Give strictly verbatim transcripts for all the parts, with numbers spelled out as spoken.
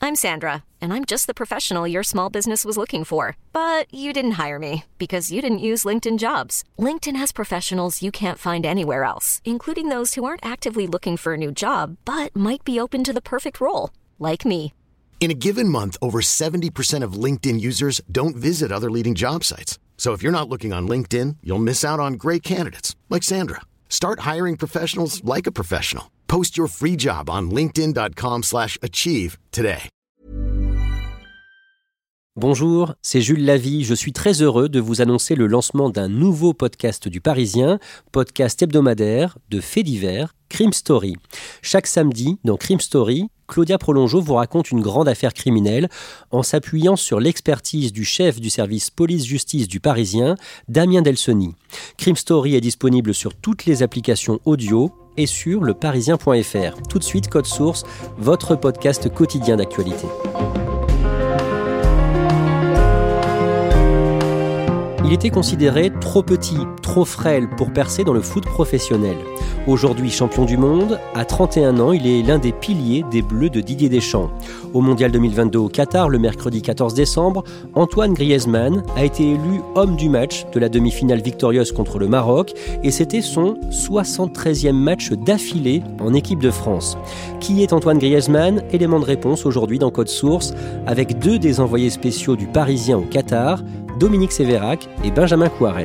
I'm Sandra, and I'm just the professional your small business was looking for. But you didn't hire me because you didn't use LinkedIn Jobs. LinkedIn has professionals you can't find anywhere else, including those who aren't actively looking for a new job, but might be open to the perfect role, like me. In a given month, over seventy percent of LinkedIn users don't visit other leading job sites. So if you're not looking on LinkedIn, you'll miss out on great candidates like Sandra. Start hiring professionals like a professional. Post your free job on linkedin.com slash achieve today. Bonjour, c'est Jules Lavie. Je suis très heureux de vous annoncer le lancement d'un nouveau podcast du Parisien, podcast hebdomadaire de faits divers, Crime Story. Chaque samedi, dans Crime Story, Claudia Prolongeau vous raconte une grande affaire criminelle en s'appuyant sur l'expertise du chef du service police-justice du Parisien, Damien Delseny. Crime Story est disponible sur toutes les applications audio et sur leparisien point f r. Tout de suite, Code Source, votre podcast quotidien d'actualité. Il était considéré trop petit, trop frêle pour percer dans le foot professionnel. Aujourd'hui champion du monde, à trente et un ans, il est l'un des piliers des Bleus de Didier Deschamps. Au Mondial deux mille vingt-deux au Qatar, le mercredi quatorze décembre, Antoine Griezmann a été élu homme du match de la demi-finale victorieuse contre le Maroc et c'était son soixante-treizième match d'affilée en équipe de France. Qui est Antoine Griezmann ? Élément de réponse aujourd'hui dans Code Source avec deux des envoyés spéciaux du Parisien au Qatar, Dominique Sévérac et Benjamin Couarez.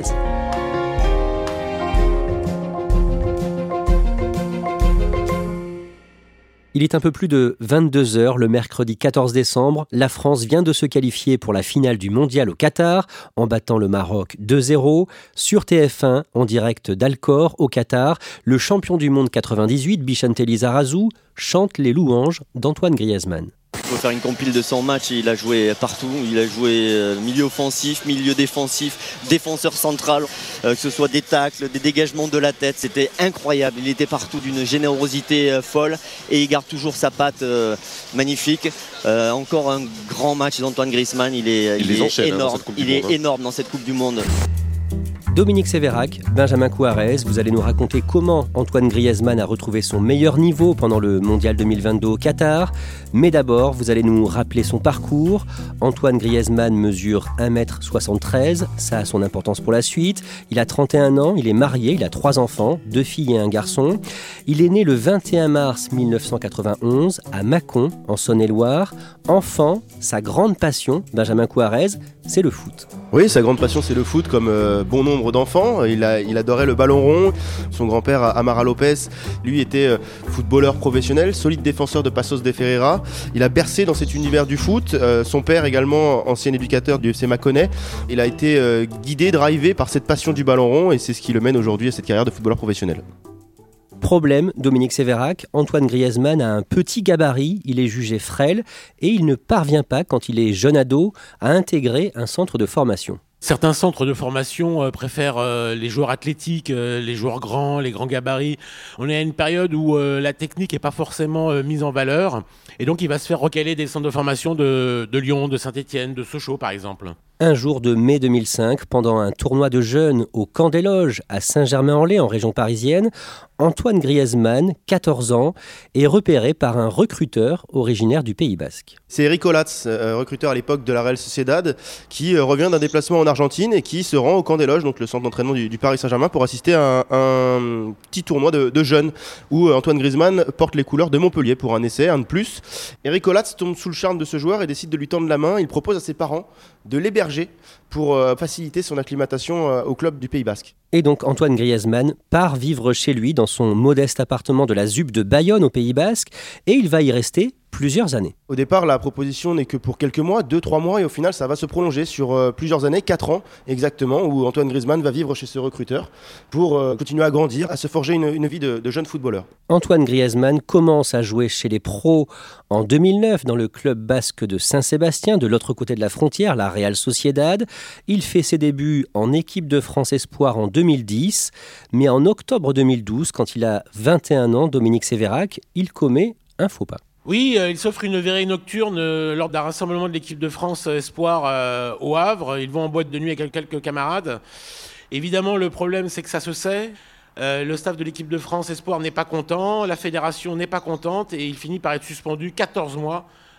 Il est un peu plus de vingt-deux heures le mercredi quatorze décembre. La France vient de se qualifier pour la finale du mondial au Qatar en battant le Maroc deux zéro. Sur T F un, en direct d'Alcor au Qatar, le champion du monde quatre-vingt-dix-huit, Bichente Lizarazu, chante les louanges d'Antoine Griezmann. Il faut faire une compile de son match, il a joué partout, il a joué milieu offensif, milieu défensif, défenseur central, euh, que ce soit des tacles, des dégagements de la tête, c'était incroyable, il était partout d'une générosité euh, folle et il garde toujours sa patte euh, magnifique. Euh, encore un grand match d'Antoine Griezmann, il est, il il est énorme, hein, il est énorme dans cette Coupe du Monde. Dominique Sévérac, Benjamin Couarez, vous allez nous raconter comment Antoine Griezmann a retrouvé son meilleur niveau pendant le Mondial deux mille vingt-deux au Qatar. Mais d'abord, vous allez nous rappeler son parcours. Antoine Griezmann mesure un mètre soixante-treize, ça a son importance pour la suite. Il a trente et un ans, il est marié, il a trois enfants, deux filles et un garçon. Il est né le vingt et un mars mille neuf cent quatre-vingt-onze à Mâcon, en Saône-et-Loire. Enfant, sa grande passion, Benjamin Couarez, c'est le foot. Oui, sa grande passion, c'est le foot, comme euh, bon nombre d'enfants. Il, a, il adorait le ballon rond. Son grand-père, Amara Lopez, lui, était euh, footballeur professionnel, solide défenseur de Paços de Ferreira. Il a bercé dans cet univers du foot. Euh, son père, également ancien éducateur du F C Mâconnais. Il a été euh, guidé, drivé par cette passion du ballon rond et c'est ce qui le mène aujourd'hui à cette carrière de footballeur professionnel. Problème, Dominique Sévérac, Antoine Griezmann a un petit gabarit, il est jugé frêle et il ne parvient pas, quand il est jeune ado, à intégrer un centre de formation. Certains centres de formation euh, préfèrent euh, les joueurs athlétiques, euh, les joueurs grands, les grands gabarits. On est à une période où euh, la technique n'est pas forcément euh, mise en valeur. Et donc il va se faire recaler des centres de formation de, de Lyon, de Saint-Étienne, de Sochaux par exemple. Un jour de mai deux mille cinq, pendant un tournoi de jeunes au Camp des Loges à Saint-Germain-en-Laye en région parisienne, Antoine Griezmann, quatorze ans, est repéré par un recruteur originaire du Pays Basque. C'est Eric Olatz, euh, recruteur à l'époque de la Real Sociedad, qui euh, revient d'un déplacement en Argentine et qui se rend au Camp des Loges, donc le centre d'entraînement du, du Paris Saint-Germain, pour assister à un, un petit tournoi de, de jeunes où euh, Antoine Griezmann porte les couleurs de Montpellier pour un essai, un de plus. Eric Olatz tombe sous le charme de ce joueur et décide de lui tendre la main. Il propose à ses parents de l'héberger pour euh, faciliter son acclimatation euh, au club du Pays Basque. Et donc Antoine Griezmann part vivre chez lui dans son modeste appartement de la ZUP de Bayonne au Pays Basque et il va y rester plusieurs années. Au départ, la proposition n'est que pour quelques mois, deux trois mois, et au final, ça va se prolonger sur euh, plusieurs années, quatre ans exactement, où Antoine Griezmann va vivre chez ce recruteur pour euh, continuer à grandir, à se forger une, une vie de, de jeune footballeur. Antoine Griezmann commence à jouer chez les pros en deux mille neuf dans le club basque de Saint-Sébastien, de l'autre côté de la frontière, la Real Sociedad. Il fait ses débuts en équipe de France Espoir en deux mille dix, mais en octobre deux mille douze, quand il a vingt et un ans, Dominique Sévérac, il commet un faux pas. Oui, euh, il s'offre une virée nocturne euh, lors d'un rassemblement de l'équipe de France euh, Espoir euh, au Havre. Ils vont en boîte de nuit avec quelques camarades. Évidemment, le problème, c'est que ça se sait. Euh, le staff de l'équipe de France Espoir n'est pas content, la fédération n'est pas contente et il finit par être suspendu quatorze mois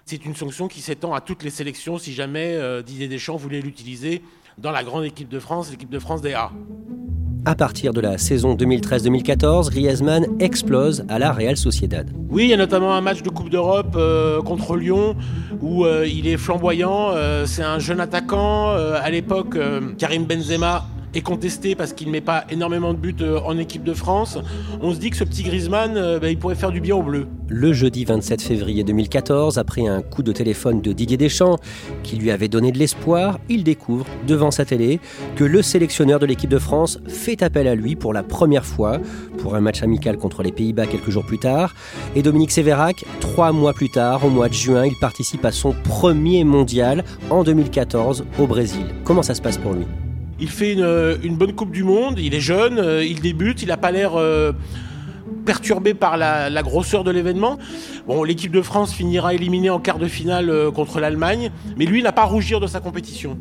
C'est une sanction qui s'étend à toutes les sélections si jamais euh, Didier Deschamps voulait l'utiliser dans la grande équipe de France, l'équipe de France des A. À partir de la saison deux mille treize deux mille quatorze, Griezmann explose à la Real Sociedad. Oui, il y a notamment un match de Coupe d'Europe euh, contre Lyon où euh, il est flamboyant. Euh, c'est un jeune attaquant. Euh, à l'époque, euh, Karim Benzema est contesté parce qu'il ne met pas énormément de buts euh, en équipe de France. On se dit que ce petit Griezmann, euh, bah, il pourrait faire du bien aux Bleus. Le jeudi vingt-sept février deux mille quatorze, après un coup de téléphone de Didier Deschamps qui lui avait donné de l'espoir, il découvre devant sa télé que le sélectionneur de l'équipe de France fait appel à lui pour la première fois pour un match amical contre les Pays-Bas quelques jours plus tard. Et Dominique Sévérac, trois mois plus tard, au mois de juin, il participe à son premier mondial en deux mille quatorze au Brésil. Comment ça se passe pour lui ? Il fait une, une bonne Coupe du Monde, il est jeune, euh, il débute, il n'a pas l'air euh, perturbé par la, la grosseur de l'événement. Bon, l'équipe de France finira éliminée en quart de finale euh, contre l'Allemagne, mais lui, il n'a pas à rougir de sa compétition.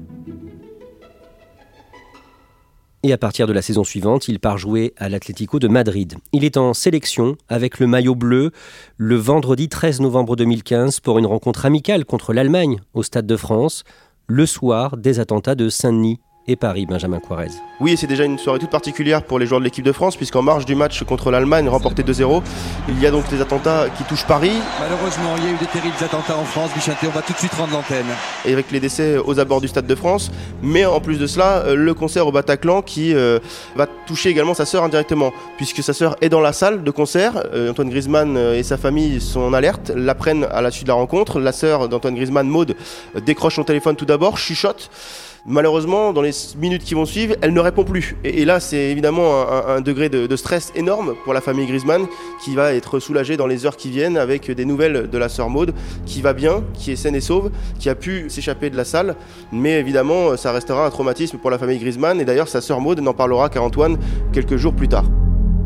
Et à partir de la saison suivante, il part jouer à l'Atlético de Madrid. Il est en sélection avec le maillot bleu le vendredi treize novembre deux mille quinze pour une rencontre amicale contre l'Allemagne au Stade de France, le soir des attentats de Saint-Denis et Paris, Benjamin Coirez. Oui, et c'est déjà une soirée toute particulière pour les joueurs de l'équipe de France, puisqu'en marge du match contre l'Allemagne, remporté deux zéro, il y a donc les attentats qui touchent Paris. Malheureusement, il y a eu des terribles attentats en France, Bichinté, on va tout de suite rendre l'antenne. Et avec les décès aux abords du Stade de France, mais en plus de cela, le concert au Bataclan qui euh, va toucher également sa sœur indirectement, puisque sa sœur est dans la salle de concert. Euh, Antoine Griezmann et sa famille sont en alerte, l'apprennent à la suite de la rencontre. La sœur d'Antoine Griezmann, Maud, décroche son téléphone tout d'abord, chuchote. Malheureusement, dans les minutes qui vont suivre, elle ne répond plus. Et, et là, c'est évidemment un, un degré de, de stress énorme pour la famille Griezmann, qui va être soulagée dans les heures qui viennent avec des nouvelles de la sœur Maud, qui va bien, qui est saine et sauve, qui a pu s'échapper de la salle. Mais évidemment, ça restera un traumatisme pour la famille Griezmann. Et d'ailleurs, sa sœur Maud n'en parlera qu'à Antoine quelques jours plus tard.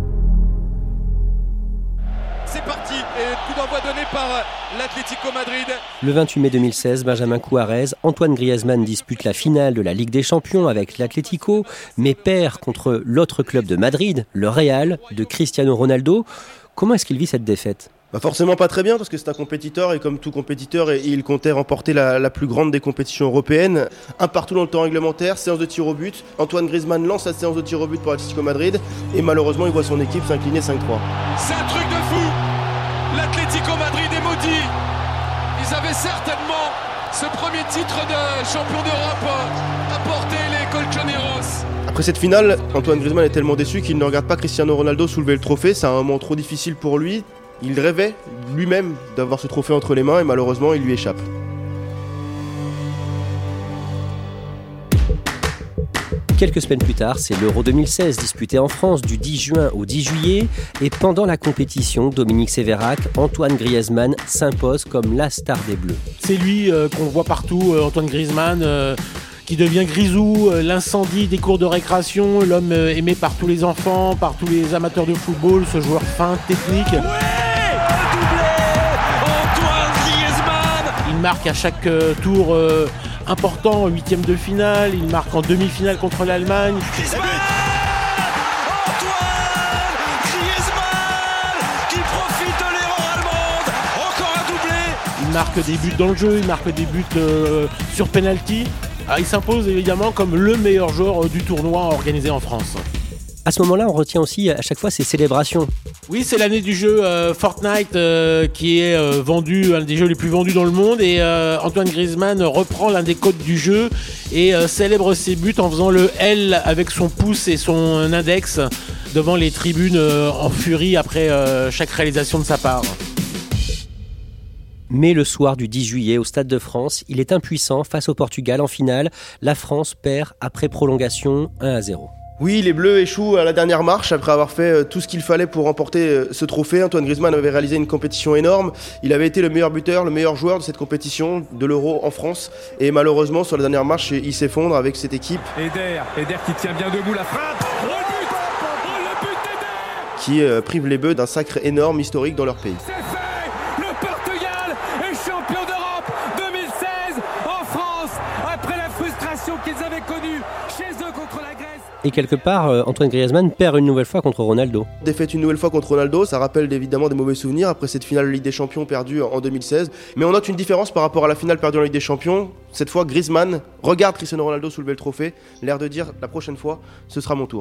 C'est parti, et coup d'envoi donné par l'Atlético Madrid. Le vingt-huit mai deux mille seize, Benjamin Coirez, Antoine Griezmann dispute la finale de la Ligue des Champions avec l'Atlético, mais perd contre l'autre club de Madrid, le Real, de Cristiano Ronaldo. Comment est-ce qu'il vit cette défaite ? Bah forcément pas très bien, parce que c'est un compétiteur, et comme tout compétiteur, il comptait remporter la, la plus grande des compétitions européennes. Un partout dans le temps réglementaire, séance de tir au but. Antoine Griezmann lance la séance de tir au but pour l'Atlético Madrid, et malheureusement il voit son équipe s'incliner cinq trois. C'est un truc de fou. L'Atlético Madrid est maudit. Ils avaient certainement ce premier titre de champion d'Europe à porter, les Colchoneros. Après cette finale, Antoine Griezmann est tellement déçu qu'il ne regarde pas Cristiano Ronaldo soulever le trophée. C'est un moment trop difficile pour lui. Il rêvait lui-même d'avoir ce trophée entre les mains et malheureusement il lui échappe. Quelques semaines plus tard, c'est l'Euro deux mille seize disputé en France du dix juin au dix juillet. Et pendant la compétition, Dominique Sévérac, Antoine Griezmann s'impose comme la star des Bleus. C'est lui euh, qu'on voit partout, euh, Antoine Griezmann, euh, qui devient grisou, euh, l'incendie des cours de récréation, l'homme euh, aimé par tous les enfants, par tous les amateurs de football, ce joueur fin, technique. Ouais, un doublé, Antoine Griezmann. Il marque à chaque euh, tour euh, important, en huitième de finale, il marque en demi-finale contre l'Allemagne. Griezmann, Antoine Griezmann qui profite de l'erreur allemande. Encore un doublé. Il marque des buts dans le jeu, il marque des buts euh, sur penalty. Ah, il s'impose évidemment comme le meilleur joueur euh, du tournoi organisé en France. À ce moment-là, on retient aussi à chaque fois ces célébrations. Oui, c'est l'année du jeu euh, Fortnite euh, qui est euh, vendu, un des jeux les plus vendus dans le monde. Et euh, Antoine Griezmann reprend l'un des codes du jeu et euh, célèbre ses buts en faisant le L avec son pouce et son index devant les tribunes euh, en furie après euh, chaque réalisation de sa part. Mais le soir du dix juillet au Stade de France, il est impuissant face au Portugal en finale. La France perd après prolongation un à zéro. Oui, les Bleus échouent à la dernière marche après avoir fait tout ce qu'il fallait pour remporter ce trophée. Antoine Griezmann avait réalisé une compétition énorme. Il avait été le meilleur buteur, le meilleur joueur de cette compétition, de l'Euro en France. Et malheureusement, sur la dernière marche, il s'effondre avec cette équipe. Eder, Eder qui tient bien debout, la frappe. Oh, le but, oh, le but d'Eder qui euh, prive les Bleus d'un sacre énorme historique dans leur pays. C'est fait. Le Portugal est champion d'Europe deux mille seize en France après la frustration qu'ils avaient connue chez eux contre la Grèce. Et quelque part, euh, Antoine Griezmann perd une nouvelle fois contre Ronaldo. Défaite une nouvelle fois contre Ronaldo, ça rappelle évidemment des mauvais souvenirs après cette finale de Ligue des Champions perdue en deux mille seize. Mais on note une différence par rapport à la finale perdue en Ligue des Champions. Cette fois, Griezmann regarde Cristiano Ronaldo soulever le trophée, l'air de dire la prochaine fois, ce sera mon tour.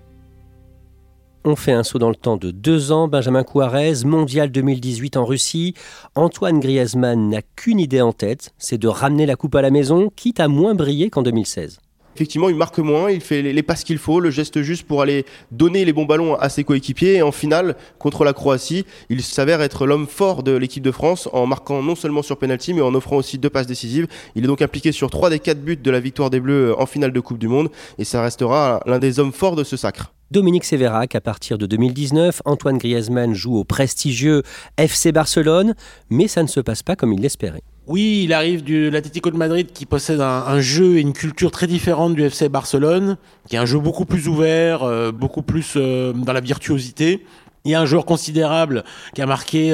On fait un saut dans le temps de deux ans. Benjamin Couarez, mondial deux mille dix-huit en Russie. Antoine Griezmann n'a qu'une idée en tête, c'est de ramener la coupe à la maison, quitte à moins briller qu'en deux mille seize. Effectivement, il marque moins, il fait les passes qu'il faut, le geste juste pour aller donner les bons ballons à ses coéquipiers. Et en finale, contre la Croatie, il s'avère être l'homme fort de l'équipe de France en marquant non seulement sur penalty, mais en offrant aussi deux passes décisives. Il est donc impliqué sur trois des quatre buts de la victoire des Bleus en finale de Coupe du Monde. Et ça restera l'un des hommes forts de ce sacre. Dominique Sévérac, à partir de deux mille dix-neuf, Antoine Griezmann joue au prestigieux F C Barcelone, mais ça ne se passe pas comme il l'espérait. Oui, il arrive de l'Atlético de Madrid qui possède un, un jeu et une culture très différente du F C Barcelone, qui est un jeu beaucoup plus ouvert, euh, beaucoup plus euh, dans la virtuosité. Il y a un joueur considérable qui a marqué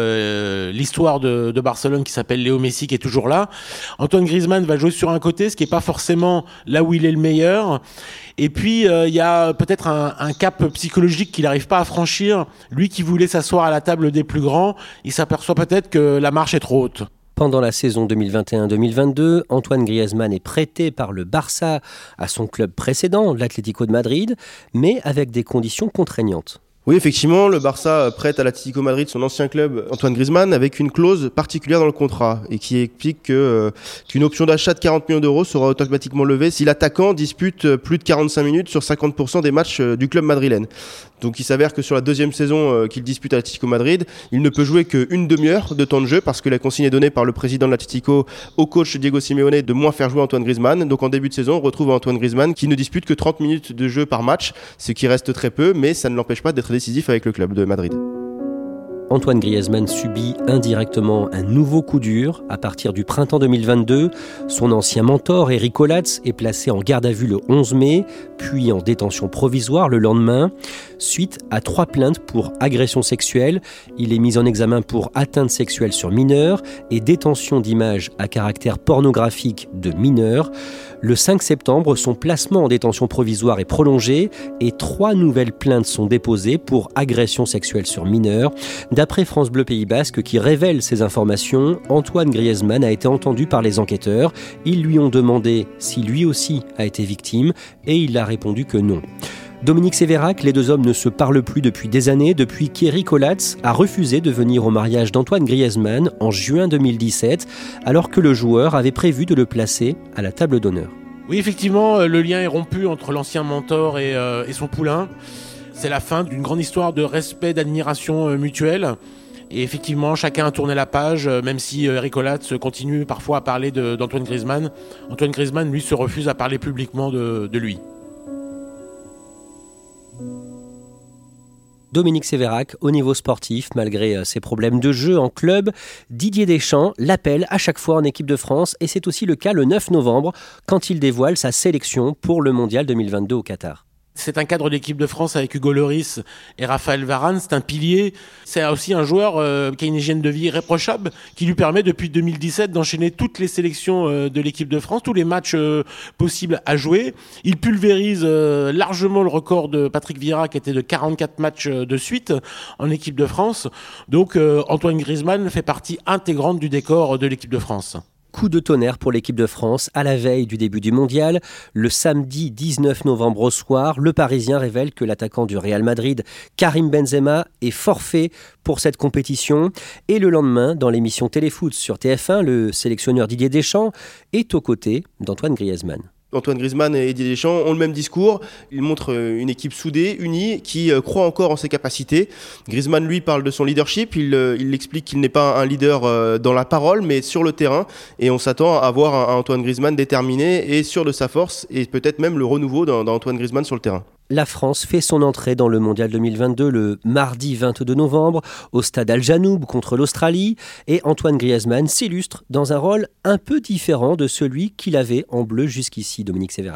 euh, l'histoire de, de Barcelone qui s'appelle Léo Messi, qui est toujours là. Antoine Griezmann va jouer sur un côté, ce qui n'est pas forcément là où il est le meilleur. Et puis, euh, il y a peut-être un, un cap psychologique qu'il n'arrive pas à franchir. Lui qui voulait s'asseoir à la table des plus grands, il s'aperçoit peut-être que la marche est trop haute. Pendant la saison deux mille vingt et un deux mille vingt-deux, Antoine Griezmann est prêté par le Barça à son club précédent, l'Atlético de Madrid, mais avec des conditions contraignantes. Oui, effectivement, le Barça prête à l'Atlético Madrid son ancien club, Antoine Griezmann, avec une clause particulière dans le contrat et qui explique que, euh, qu'une option d'achat de quarante millions d'euros sera automatiquement levée si l'attaquant dispute plus de quarante-cinq minutes sur cinquante pour cent des matchs du club madrilène. Donc il s'avère que sur la deuxième saison euh, qu'il dispute à l'Atlético Madrid, il ne peut jouer qu'une demi-heure de temps de jeu parce que la consigne est donnée par le président de l'Atlético au coach Diego Simeone de moins faire jouer Antoine Griezmann. Donc en début de saison, on retrouve Antoine Griezmann qui ne dispute que trente minutes de jeu par match, ce qui reste très peu, mais ça ne l'empêche pas d'être décisif avec le club de Madrid. Antoine Griezmann subit indirectement un nouveau coup dur. À partir du printemps deux mille vingt-deux, son ancien mentor, Eric Olatz, est placé en garde à vue le onze mai, puis en détention provisoire le lendemain. Suite à trois plaintes pour agression sexuelle, il est mis en examen pour atteinte sexuelle sur mineur et détention d'images à caractère pornographique de mineurs. Le cinq septembre, son placement en détention provisoire est prolongé et trois nouvelles plaintes sont déposées pour agression sexuelle sur mineurs. D'après France Bleu Pays Basque qui révèle ces informations, Antoine Griezmann a été entendu par les enquêteurs. Ils lui ont demandé si lui aussi a été victime et il a répondu que non. Dominique Sévérac, les deux hommes ne se parlent plus depuis des années, depuis qu'Eric Olatz a refusé de venir au mariage d'Antoine Griezmann en juin deux mille dix-sept, alors que le joueur avait prévu de le placer à la table d'honneur. Oui, effectivement, le lien est rompu entre l'ancien mentor et, euh, et son poulain. C'est la fin d'une grande histoire de respect, d'admiration euh, mutuelle. Et effectivement, chacun a tourné la page, euh, même si euh, Eric Olatz continue parfois à parler de, d'Antoine Griezmann. Antoine Griezmann, lui, se refuse à parler publiquement de, de lui. Dominique Sévérac, au niveau sportif, malgré ses problèmes de jeu en club, Didier Deschamps l'appelle à chaque fois en équipe de France et c'est aussi le cas le neuf novembre quand il dévoile sa sélection pour le mondial deux mille vingt-deux au Qatar. C'est un cadre d'équipe de France avec Hugo Lloris et Raphaël Varane, c'est un pilier. C'est aussi un joueur euh, qui a une hygiène de vie irréprochable, qui lui permet depuis deux mille dix-sept d'enchaîner toutes les sélections euh, de l'équipe de France, tous les matchs euh, possibles à jouer. Il pulvérise euh, largement le record de Patrick Vieira qui était de quarante-quatre matchs euh, de suite en équipe de France. Donc euh, Antoine Griezmann fait partie intégrante du décor de l'équipe de France. Coup de tonnerre pour l'équipe de France à la veille du début du mondial. Le samedi dix-neuf novembre au soir, le Parisien révèle que l'attaquant du Real Madrid, Karim Benzema, est forfait pour cette compétition. Et le lendemain, dans l'émission Téléfoot sur T F un, le sélectionneur Didier Deschamps est aux côtés d'Antoine Griezmann. Antoine Griezmann et Didier Deschamps ont le même discours. Ils montrent une équipe soudée, unie, qui croit encore en ses capacités. Griezmann, lui, parle de son leadership. Il, il explique qu'il n'est pas un leader dans la parole, mais sur le terrain. Et on s'attend à voir un Antoine Griezmann déterminé et sûr de sa force, et peut-être même le renouveau d'Antoine Griezmann sur le terrain. La France fait son entrée dans le mondial deux mille vingt-deux le mardi vingt-deux novembre au stade Al Janoub contre l'Australie et Antoine Griezmann s'illustre dans un rôle un peu différent de celui qu'il avait en bleu jusqu'ici, Dominique Sévérac.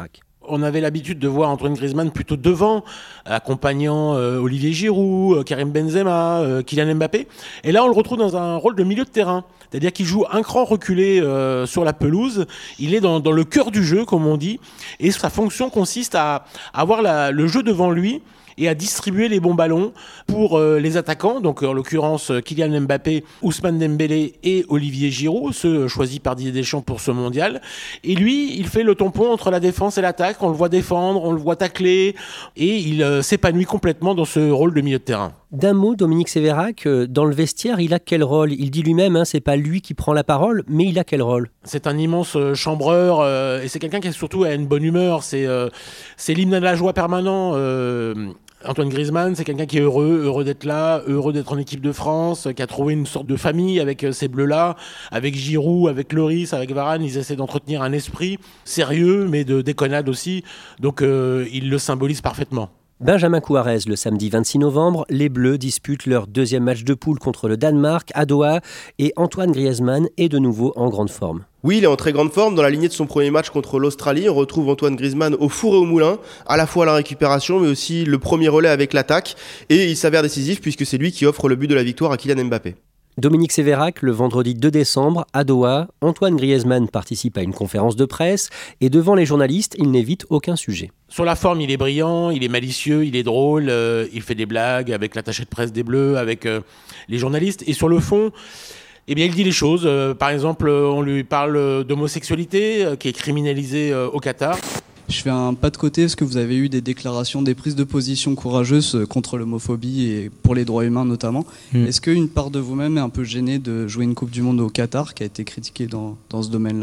On avait l'habitude de voir Antoine Griezmann plutôt devant, accompagnant euh, Olivier Giroud, euh, Karim Benzema, euh, Kylian Mbappé. Et là, on le retrouve dans un rôle de milieu de terrain. C'est-à-dire qu'il joue un cran reculé euh, sur la pelouse. Il est dans, dans le cœur du jeu, comme on dit. Et sa fonction consiste à, à avoir la, le jeu devant lui et à distribuer les bons ballons pour euh, les attaquants, donc en l'occurrence Kylian Mbappé, Ousmane Dembélé et Olivier Giroud, ceux choisis par Didier Deschamps pour ce mondial. Et lui, il fait le tampon entre la défense et l'attaque, on le voit défendre, on le voit tacler, et il euh, s'épanouit complètement dans ce rôle de milieu de terrain. D'un mot, Dominique Sévérac, dans le vestiaire, il a quel rôle ? Il dit lui-même, hein, c'est pas lui qui prend la parole, mais il a quel rôle ? C'est un immense chambreur, euh, et c'est quelqu'un qui est surtout à une bonne humeur, c'est, euh, c'est l'hymne de la joie permanent. Euh, Antoine Griezmann, c'est quelqu'un qui est heureux, heureux d'être là, heureux d'être en équipe de France, qui a trouvé une sorte de famille avec ces Bleus-là, avec Giroud, avec Lloris, avec Varane. Ils essaient d'entretenir un esprit sérieux, mais de déconnade aussi. Donc, euh, ils le symbolisent parfaitement. Benjamin Couarez, le samedi vingt-six novembre, les Bleus disputent leur deuxième match de poule contre le Danemark à Doha et Antoine Griezmann est de nouveau en grande forme. Oui, il est en très grande forme. Dans la lignée de son premier match contre l'Australie, on retrouve Antoine Griezmann au four et au moulin, à la fois à la récupération, mais aussi le premier relais avec l'attaque. Et il s'avère décisif puisque c'est lui qui offre le but de la victoire à Kylian Mbappé. Dominique Sévérac, le vendredi deux décembre, à Doha, Antoine Griezmann participe à une conférence de presse et devant les journalistes, il n'évite aucun sujet. Sur la forme, il est brillant, il est malicieux, il est drôle, euh, il fait des blagues avec l'attaché de presse des Bleus, avec euh, les journalistes. Et sur le fond, eh bien, il dit les choses. Euh, par exemple, on lui parle d'homosexualité euh, qui est criminalisée euh, au Qatar. Je fais un pas de côté parce que vous avez eu des déclarations, des prises de position courageuses contre l'homophobie et pour les droits humains notamment. Mmh. Est-ce qu'une part de vous-même est un peu gênée de jouer une Coupe du Monde au Qatar qui a été critiquée dans, dans ce domaine-là ?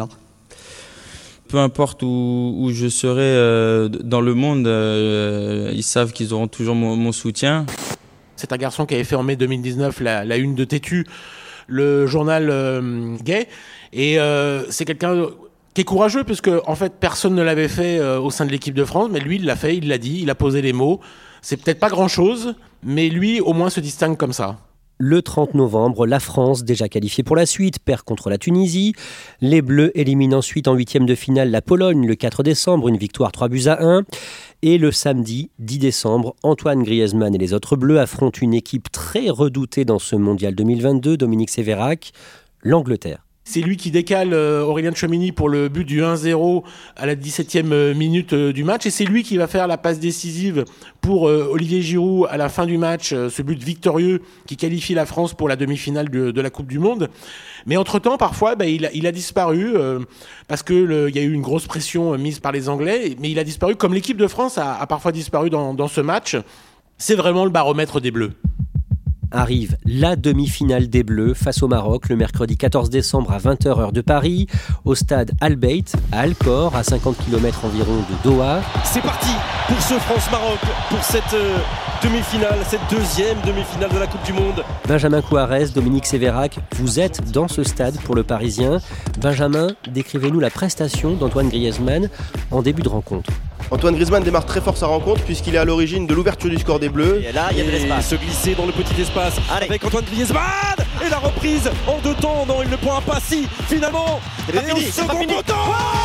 Peu importe où, où je serai euh, dans le monde, euh, ils savent qu'ils auront toujours mon, mon soutien. C'est un garçon qui avait fait en mai deux mille dix-neuf la, la une de Tétu, le journal euh, gay. Et euh, c'est quelqu'un qui est courageux, puisque en fait personne ne l'avait fait euh, au sein de l'équipe de France, mais lui il l'a fait, il l'a dit, il a posé les mots. C'est peut-être pas grand-chose, mais lui au moins se distingue comme ça. Le trente novembre, la France, déjà qualifiée pour la suite, perd contre la Tunisie. Les Bleus éliminent ensuite en huitième de finale la Pologne le quatre décembre, une victoire trois buts à un. Et le samedi dix décembre, Antoine Griezmann et les autres Bleus affrontent une équipe très redoutée dans ce mondial deux mille vingt-deux, Dominique Sévérac, l'Angleterre. C'est lui qui décale euh, Aurélien Tchouaméni pour le but du un zéro à la dix-septième minute euh, du match. Et c'est lui qui va faire la passe décisive pour euh, Olivier Giroud à la fin du match, euh, ce but victorieux qui qualifie la France pour la demi-finale de, de la Coupe du Monde. Mais entre-temps, parfois, bah, il, a, il a disparu euh, parce qu'il y a eu une grosse pression mise par les Anglais. Mais il a disparu comme l'équipe de France a, a parfois disparu dans, dans ce match. C'est vraiment le baromètre des Bleus. Arrive la demi-finale des Bleus face au Maroc le mercredi quatorze décembre à vingt heures heure de Paris, au stade Al Bayt à Alcor, à cinquante kilomètres environ de Doha. C'est parti pour ce France-Maroc, pour cette euh, demi-finale, cette deuxième demi-finale de la Coupe du Monde. Benjamin Couarez, Dominique Sévérac, vous êtes dans ce stade pour le Parisien. Benjamin, décrivez-nous la prestation d'Antoine Griezmann en début de rencontre. Antoine Griezmann démarre très fort sa rencontre puisqu'il est à l'origine de l'ouverture du score des Bleus. Et là, il y a de l'espace. Se glisser dans le petit espace. Allez. Avec Antoine Griezmann. Et la reprise en deux temps. Non, il ne prend pas si finalement. C'est pas et fini, au c'est pas second fini. poteau.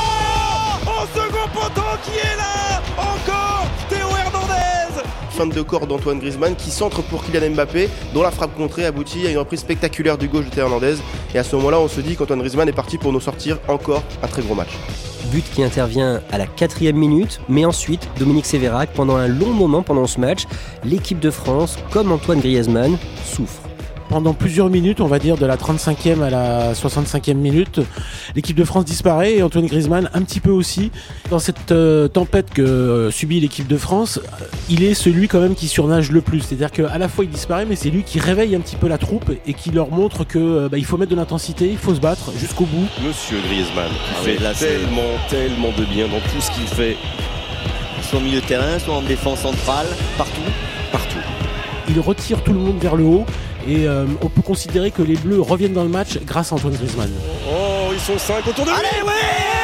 Oh, au second poteau qui est là. Encore Théo Hernandez. Fin de corps d'Antoine Griezmann qui centre pour Kylian Mbappé, dont la frappe contrée aboutit à une reprise spectaculaire du gauche de Théo Hernandez. Et à ce moment-là, on se dit qu'Antoine Griezmann est parti pour nous sortir encore un très gros match. But qui intervient à la quatrième minute, mais ensuite, Dominique Sévérac, pendant un long moment pendant ce match, l'équipe de France, comme Antoine Griezmann, souffre. Pendant plusieurs minutes, on va dire de la trente-cinquième à la soixante-cinquième minute, l'équipe de France disparaît et Antoine Griezmann un petit peu aussi. Dans cette euh, tempête que euh, subit l'équipe de France, euh, il est celui quand même qui surnage le plus. C'est-à-dire qu'à la fois il disparaît, mais c'est lui qui réveille un petit peu la troupe et qui leur montre que euh, bah, il faut mettre de l'intensité, il faut se battre jusqu'au bout. Monsieur Griezmann qui Ah fait oui, là, tellement, tellement de bien dans tout ce qu'il fait. Soit au milieu de terrain, soit en défense centrale, partout. Partout. Il retire tout le monde vers le haut et euh, on peut considérer que les Bleus reviennent dans le match grâce à Antoine Griezmann. Oh, ils sont cinq autour de lui. Allez, oui,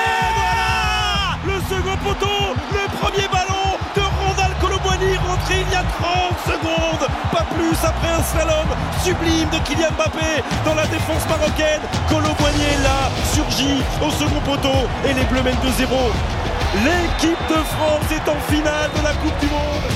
voilà le second poteau, le premier ballon de Rondal Colomboigny rentré il y a trente secondes, pas plus après un slalom sublime de Kylian Mbappé dans la défense marocaine. Colomboigny est là, surgit au second poteau et les Bleus mènent deux zéro. l'équipe de France est en finale de la Coupe du Monde.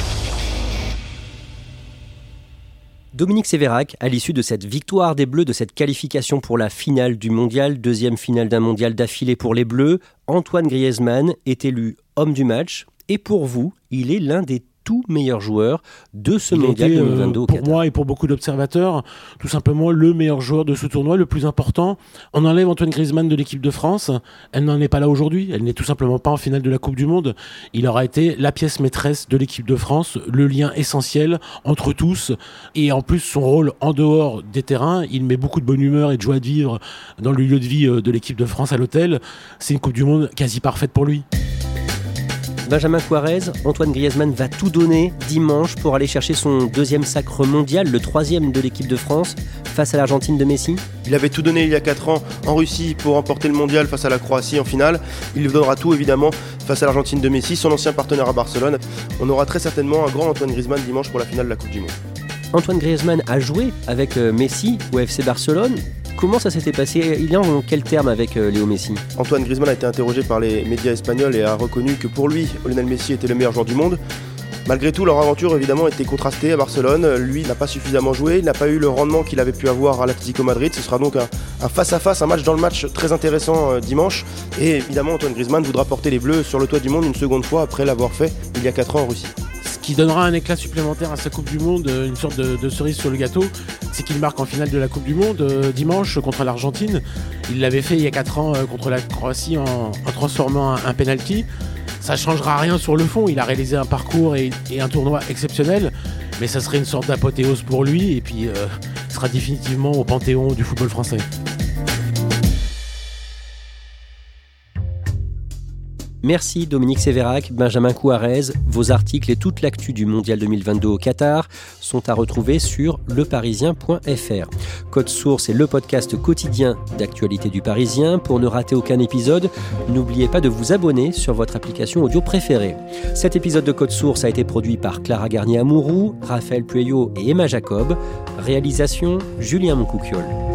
Dominique Sévérac, à l'issue de cette victoire des Bleus, de cette qualification pour la finale du Mondial, deuxième finale d'un Mondial d'affilée pour les Bleus, Antoine Griezmann est élu homme du match. Et pour vous, il est l'un des tout meilleur joueur de ce il mondial était, deux mille vingt-deux euh, au pour Qatar. moi et pour beaucoup d'observateurs, tout simplement le meilleur joueur de ce tournoi, le plus important. On enlève Antoine Griezmann de l'équipe de France, elle n'en est pas là aujourd'hui, elle n'est tout simplement pas en finale de la Coupe du Monde. Il aura été la pièce maîtresse de l'équipe de France, le lien essentiel entre tous, et en plus son rôle en dehors des terrains, il met beaucoup de bonne humeur et de joie de vivre dans le lieu de vie de l'équipe de France à l'hôtel. C'est une Coupe du Monde quasi parfaite pour lui. Benjamin Couarez, Antoine Griezmann va tout donner dimanche pour aller chercher son deuxième sacre mondial, le troisième de l'équipe de France, face à l'Argentine de Messi. Il avait tout donné il y a quatre ans en Russie pour remporter le mondial face à la Croatie en finale. Il donnera tout évidemment face à l'Argentine de Messi, son ancien partenaire à Barcelone. On aura très certainement un grand Antoine Griezmann dimanche pour la finale de la Coupe du Monde. Antoine Griezmann a joué avec Messi au F C Barcelone. Comment ça s'était passé? Il est en quel terme avec euh, Léo Messi? Antoine Griezmann a été interrogé par les médias espagnols et a reconnu que pour lui, Lionel Messi était le meilleur joueur du monde. Malgré tout, leur aventure évidemment était contrastée à Barcelone. Lui n'a pas suffisamment joué, il n'a pas eu le rendement qu'il avait pu avoir à l'Atlético Madrid. Ce sera donc un, un face-à-face, un match dans le match très intéressant euh, dimanche. Et évidemment, Antoine Griezmann voudra porter les Bleus sur le toit du monde une seconde fois après l'avoir fait il y a quatre ans en Russie. Qui donnera un éclat supplémentaire à sa Coupe du Monde, une sorte de, de cerise sur le gâteau, c'est qu'il marque en finale de la Coupe du Monde euh, dimanche contre l'Argentine. Il l'avait fait il y a quatre ans euh, contre la Croatie en, en transformant un, un penalty. Ça ne changera rien sur le fond, il a réalisé un parcours et, et un tournoi exceptionnel, mais ça serait une sorte d'apothéose pour lui et puis euh, il sera définitivement au panthéon du football français. Merci Dominique Sévérac, Benjamin Couarez. Vos articles et toute l'actu du Mondial deux mille vingt-deux au Qatar sont à retrouver sur leparisien point f r. Code Source est le podcast quotidien d'actualité du Parisien. Pour ne rater aucun épisode, n'oubliez pas de vous abonner sur votre application audio préférée. Cet épisode de Code Source a été produit par Clara Garnier-Amouroux, Raphaël Pueyo et Emma Jacob. Réalisation, Julien Moncouquiol.